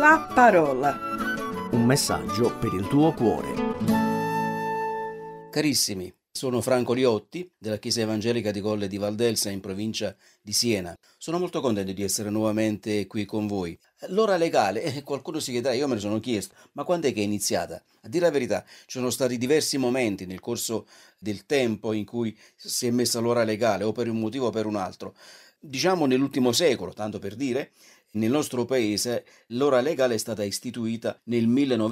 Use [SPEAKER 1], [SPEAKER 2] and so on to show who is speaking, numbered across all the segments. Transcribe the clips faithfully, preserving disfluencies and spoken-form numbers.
[SPEAKER 1] La parola.
[SPEAKER 2] Un messaggio per il tuo cuore.
[SPEAKER 3] Carissimi, sono Franco Liotti della Chiesa Evangelica di Colle di Valdelsa in provincia di Siena. Sono molto contento di essere nuovamente qui con voi. L'ora legale, eh, qualcuno si chiederà, io me ne sono chiesto, ma quando è che è iniziata? A dire la verità, ci sono stati diversi momenti nel corso del tempo in cui si è messa l'ora legale, o per un motivo o per un altro. Diciamo nell'ultimo secolo, tanto per dire, nel nostro paese l'ora legale è stata istituita nel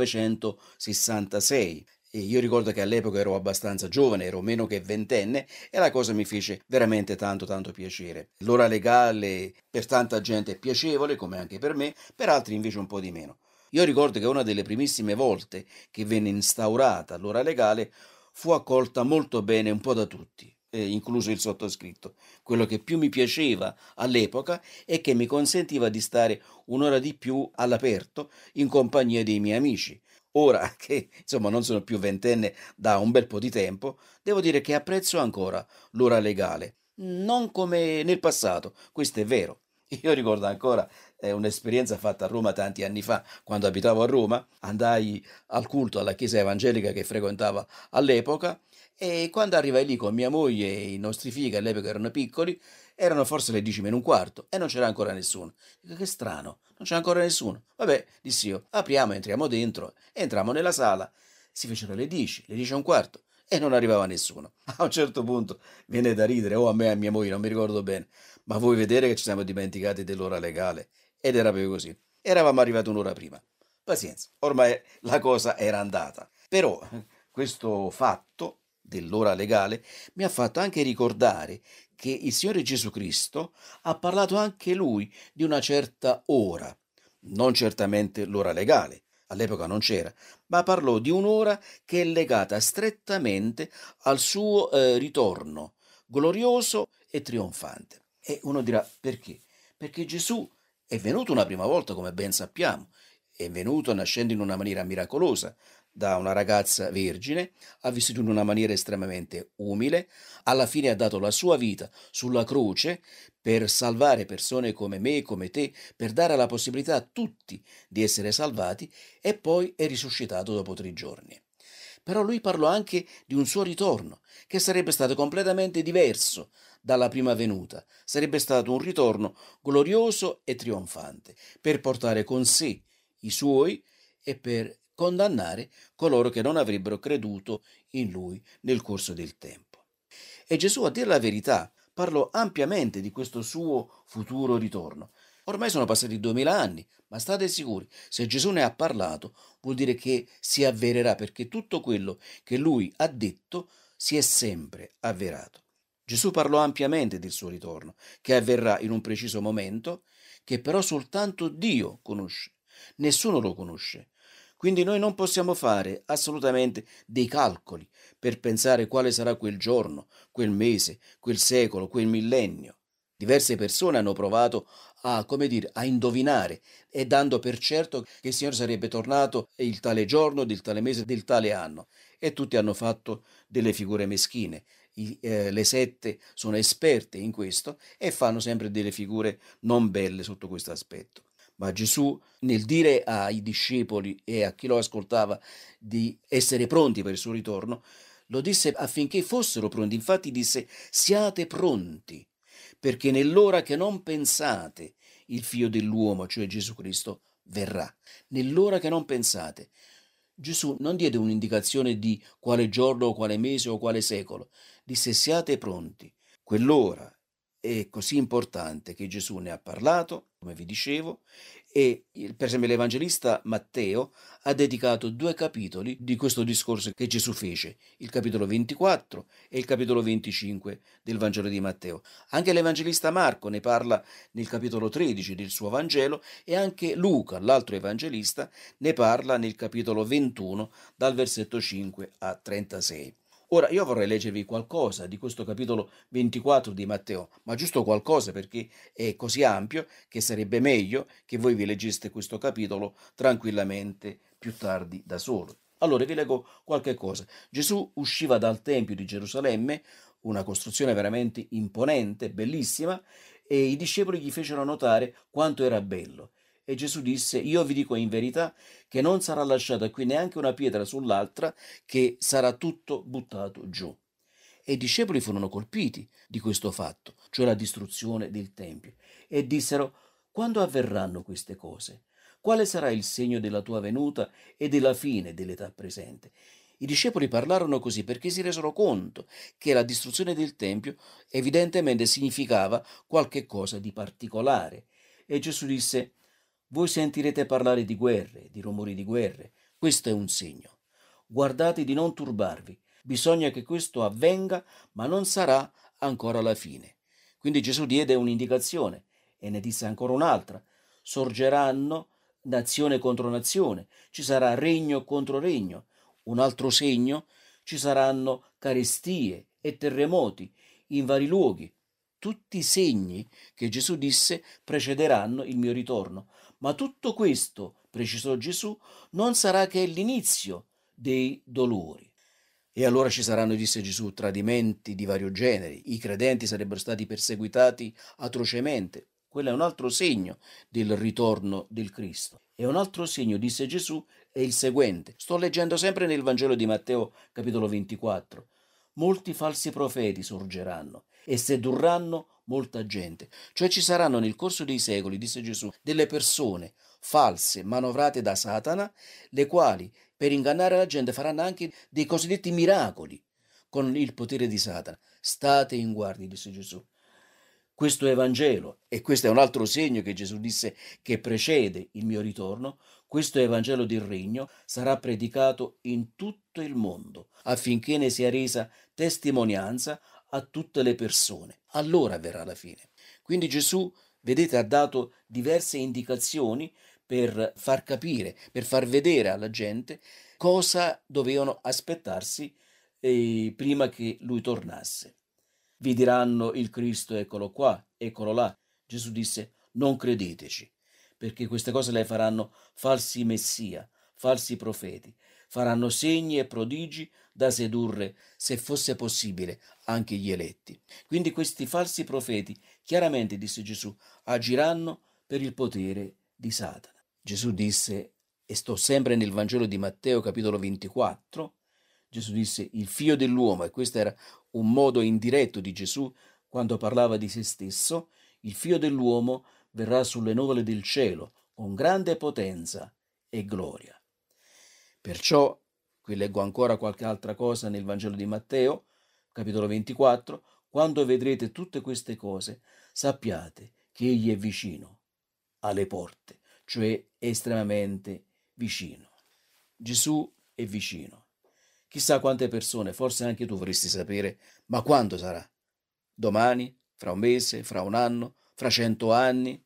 [SPEAKER 3] millenovecentosessantasei. E io ricordo che all'epoca ero abbastanza giovane, ero meno che ventenne e la cosa mi fece veramente tanto tanto piacere. L'ora legale per tanta gente è piacevole, come anche per me, per altri invece un po' di meno. Io ricordo che una delle primissime volte che venne instaurata l'ora legale fu accolta molto bene un po' da tutti, eh, incluso il sottoscritto. Quello che più mi piaceva all'epoca è che mi consentiva di stare un'ora di più all'aperto in compagnia dei miei amici. Ora che insomma non sono più ventenne da un bel po' di tempo, devo dire che apprezzo ancora l'ora legale, non come nel passato, questo è vero. Io ricordo ancora eh, un'esperienza fatta a Roma tanti anni fa, quando abitavo a Roma, andai al culto alla chiesa evangelica che frequentava all'epoca e quando arrivai lì con mia moglie e i nostri figli, che all'epoca erano piccoli, erano forse le dieci meno un quarto e non c'era ancora nessuno. Dico, che strano, non c'è ancora nessuno. Vabbè, dissi io, apriamo, entriamo dentro, entrammo nella sala, si fecero le dieci, le dieci e un quarto e non arrivava nessuno. A un certo punto viene da ridere, o a me e a mia moglie, non mi ricordo bene, ma vuoi vedere che ci siamo dimenticati dell'ora legale? Ed era proprio così. Eravamo arrivati un'ora prima. Pazienza, ormai la cosa era andata. Però questo fatto dell'ora legale mi ha fatto anche ricordare che il Signore Gesù Cristo ha parlato anche Lui di una certa ora, non certamente l'ora legale, all'epoca non c'era, ma parlò di un'ora che è legata strettamente al suo eh, ritorno, glorioso e trionfante. E uno dirà, perché? Perché Gesù è venuto una prima volta, come ben sappiamo, è venuto nascendo in una maniera miracolosa, da una ragazza vergine, ha vissuto in una maniera estremamente umile, alla fine ha dato la sua vita sulla croce per salvare persone come me e come te, per dare la possibilità a tutti di essere salvati e poi è risuscitato dopo tre giorni. Però lui parlò anche di un suo ritorno, che sarebbe stato completamente diverso dalla prima venuta, sarebbe stato un ritorno glorioso e trionfante, per portare con sé i suoi e per condannare coloro che non avrebbero creduto in lui nel corso del tempo. E Gesù, a dire la verità, parlò ampiamente di questo suo futuro ritorno. Ormai sono passati duemila anni, ma state sicuri, se Gesù ne ha parlato, vuol dire che si avvererà, perché tutto quello che lui ha detto si è sempre avverato. Gesù parlò ampiamente del suo ritorno, che avverrà in un preciso momento, che però soltanto Dio conosce. Nessuno lo conosce. Quindi noi non possiamo fare assolutamente dei calcoli per pensare quale sarà quel giorno, quel mese, quel secolo, quel millennio. Diverse persone hanno provato a, come dire, a indovinare e dando per certo che il Signore sarebbe tornato il tale giorno, del tale mese, del tale anno. E tutti hanno fatto delle figure meschine. I, eh, le sette sono esperte in questo e fanno sempre delle figure non belle sotto questo aspetto. Ma Gesù, nel dire ai discepoli e a chi lo ascoltava di essere pronti per il suo ritorno, lo disse affinché fossero pronti. Infatti disse, siate pronti, perché nell'ora che non pensate il Figlio dell'uomo, cioè Gesù Cristo, verrà. Nell'ora che non pensate. Gesù non diede un'indicazione di quale giorno, quale mese o quale secolo. Disse, siate pronti. Quell'ora è così importante che Gesù ne ha parlato, come vi dicevo, e il- per esempio l'Evangelista Matteo ha dedicato due capitoli di questo discorso che Gesù fece, il capitolo ventiquattro e il capitolo venticinque del Vangelo di Matteo. Anche l'Evangelista Marco ne parla nel capitolo tredici del suo Vangelo e anche Luca, l'altro Evangelista, ne parla nel capitolo ventuno dal versetto cinque a trentasei. Ora, io vorrei leggervi qualcosa di questo capitolo ventiquattro di Matteo, ma giusto qualcosa perché è così ampio che sarebbe meglio che voi vi leggeste questo capitolo tranquillamente più tardi da solo. Allora vi leggo qualche cosa. Gesù usciva dal Tempio di Gerusalemme, una costruzione veramente imponente, bellissima, e i discepoli gli fecero notare quanto era bello. E Gesù disse: io vi dico in verità che non sarà lasciata qui neanche una pietra sull'altra, che sarà tutto buttato giù. E i discepoli furono colpiti di questo fatto, cioè la distruzione del Tempio, e dissero: quando avverranno queste cose? Quale sarà il segno della tua venuta e della fine dell'età presente? I discepoli parlarono così perché si resero conto che la distruzione del Tempio evidentemente significava qualche cosa di particolare. E Gesù disse: voi sentirete parlare di guerre, di rumori di guerre. Questo è un segno. Guardate di non turbarvi. Bisogna che questo avvenga, ma non sarà ancora la fine. Quindi Gesù diede un'indicazione e ne disse ancora un'altra. Sorgeranno nazione contro nazione, ci sarà regno contro regno. Un altro segno: ci saranno carestie e terremoti in vari luoghi. Tutti i segni che Gesù disse precederanno il mio ritorno. Ma tutto questo, precisò Gesù, non sarà che l'inizio dei dolori. E allora ci saranno, disse Gesù, tradimenti di vario genere, i credenti sarebbero stati perseguitati atrocemente. Quello è un altro segno del ritorno del Cristo. E un altro segno, disse Gesù, è il seguente. Sto leggendo sempre nel Vangelo di Matteo, capitolo ventiquattro. Molti falsi profeti sorgeranno e sedurranno molta gente. Cioè ci saranno nel corso dei secoli, disse Gesù, delle persone false, manovrate da Satana, le quali per ingannare la gente faranno anche dei cosiddetti miracoli con il potere di Satana. State in guardia, disse Gesù. Questo è Vangelo, e questo è un altro segno che Gesù disse che precede il mio ritorno. Questo Evangelo del Regno sarà predicato in tutto il mondo, affinché ne sia resa testimonianza a tutte le persone. Allora verrà la fine. Quindi Gesù, vedete, ha dato diverse indicazioni per far capire, per far vedere alla gente cosa dovevano aspettarsi eh, prima che lui tornasse. Vi diranno: il Cristo eccolo qua, eccolo là. Gesù disse: non credeteci, perché queste cose le faranno falsi messia, falsi profeti, faranno segni e prodigi da sedurre, se fosse possibile, anche gli eletti. Quindi questi falsi profeti, chiaramente, disse Gesù, agiranno per il potere di Satana. Gesù disse, e sto sempre nel Vangelo di Matteo capitolo ventiquattro, Gesù disse: il figlio dell'uomo, e questo era un modo indiretto di Gesù quando parlava di se stesso, il figlio dell'uomo verrà sulle nuvole del cielo con grande potenza e gloria. Perciò, qui leggo ancora qualche altra cosa nel Vangelo di Matteo, capitolo ventiquattro, quando vedrete tutte queste cose, sappiate che egli è vicino alle porte, cioè estremamente vicino. Gesù è vicino. Chissà quante persone, forse anche tu vorresti sapere, ma quando sarà? Domani? Fra un mese? Fra un anno? Fra cento anni?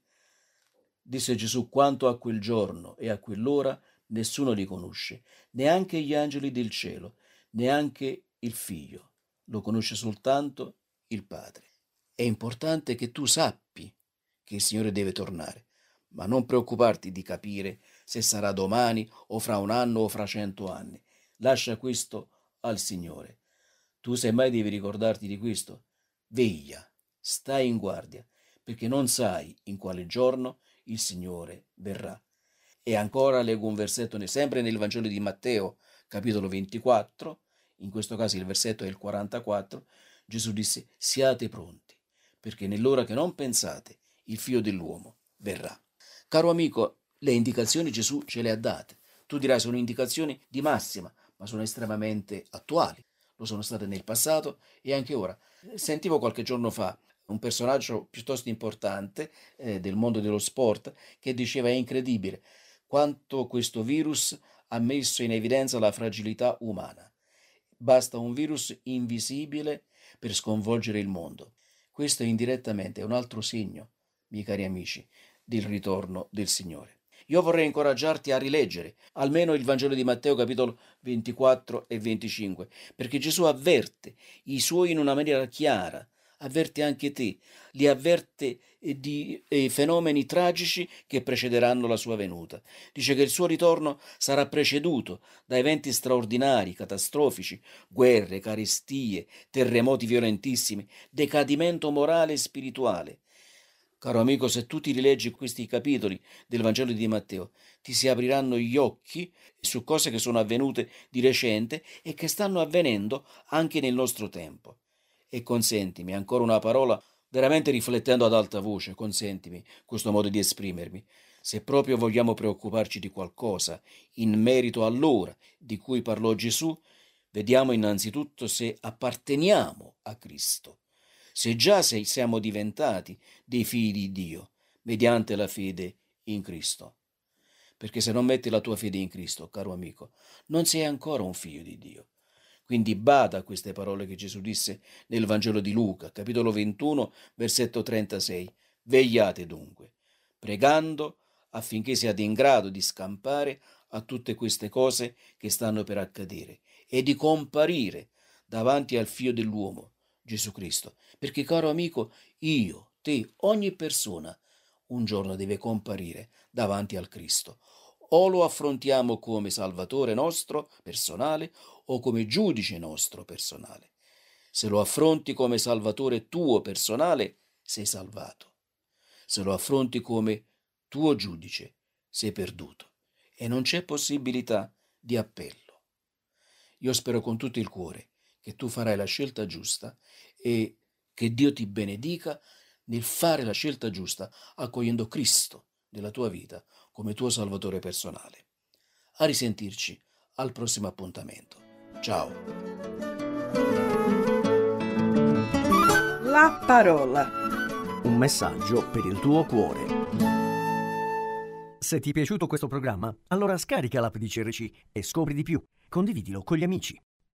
[SPEAKER 3] Disse Gesù: quanto a quel giorno e a quell'ora nessuno li conosce, neanche gli angeli del cielo, neanche il Figlio. Lo conosce soltanto il Padre. È importante che tu sappi che il Signore deve tornare, ma non preoccuparti di capire se sarà domani o fra un anno o fra cento anni. Lascia questo al Signore. Tu semmai devi ricordarti di questo. Veglia, stai in guardia, perché non sai in quale giorno il Signore verrà. E ancora leggo un versetto sempre nel Vangelo di Matteo, capitolo ventiquattro, in questo caso il versetto è il quarantaquattro, Gesù disse: siate pronti, perché nell'ora che non pensate il Figlio dell'uomo verrà. Caro amico, le indicazioni Gesù ce le ha date. Tu dirai: sono indicazioni di massima, ma sono estremamente attuali. Lo sono state nel passato e anche ora. Sentivo qualche giorno fa un personaggio piuttosto importante eh, del mondo dello sport che diceva: è incredibile quanto questo virus ha messo in evidenza la fragilità umana. Basta un virus invisibile per sconvolgere il mondo. Questo indirettamente è un altro segno, miei cari amici, del ritorno del Signore. Io vorrei incoraggiarti a rileggere almeno il Vangelo di Matteo capitolo ventiquattro e venticinque, perché Gesù avverte i suoi in una maniera chiara, avverte anche te, li avverte di eh, fenomeni tragici che precederanno la sua venuta. Dice che il suo ritorno sarà preceduto da eventi straordinari, catastrofici, guerre, carestie, terremoti violentissimi, decadimento morale e spirituale. Caro amico, se tu ti rileggi questi capitoli del Vangelo di Matteo, ti si apriranno gli occhi su cose che sono avvenute di recente e che stanno avvenendo anche nel nostro tempo. E consentimi ancora una parola, veramente riflettendo ad alta voce, consentimi questo modo di esprimermi. Se proprio vogliamo preoccuparci di qualcosa in merito all'ora di cui parlò Gesù, vediamo innanzitutto se apparteniamo a Cristo. Se già se siamo diventati dei figli di Dio, mediante la fede in Cristo. Perché se non metti la tua fede in Cristo, caro amico, non sei ancora un figlio di Dio. Quindi bada a queste parole che Gesù disse nel Vangelo di Luca, capitolo ventuno, versetto trentasei. Vegliate dunque, pregando affinché siate in grado di scampare a tutte queste cose che stanno per accadere e di comparire davanti al Figlio dell'uomo, Gesù Cristo, perché caro amico, io, te, ogni persona un giorno deve comparire davanti al Cristo. O lo affrontiamo come Salvatore nostro personale o come giudice nostro personale. Se lo affronti come Salvatore tuo personale, sei salvato. Se lo affronti come tuo giudice, sei perduto e non c'è possibilità di appello. Io spero con tutto il cuore che tu farai la scelta giusta e che Dio ti benedica nel fare la scelta giusta, accogliendo Cristo nella tua vita come tuo Salvatore personale. A risentirci al prossimo appuntamento. Ciao.
[SPEAKER 1] La parola.
[SPEAKER 2] Un messaggio per il tuo cuore. Se ti è piaciuto questo programma, allora scarica l'app di C R C e scopri di più. Condividilo con gli amici.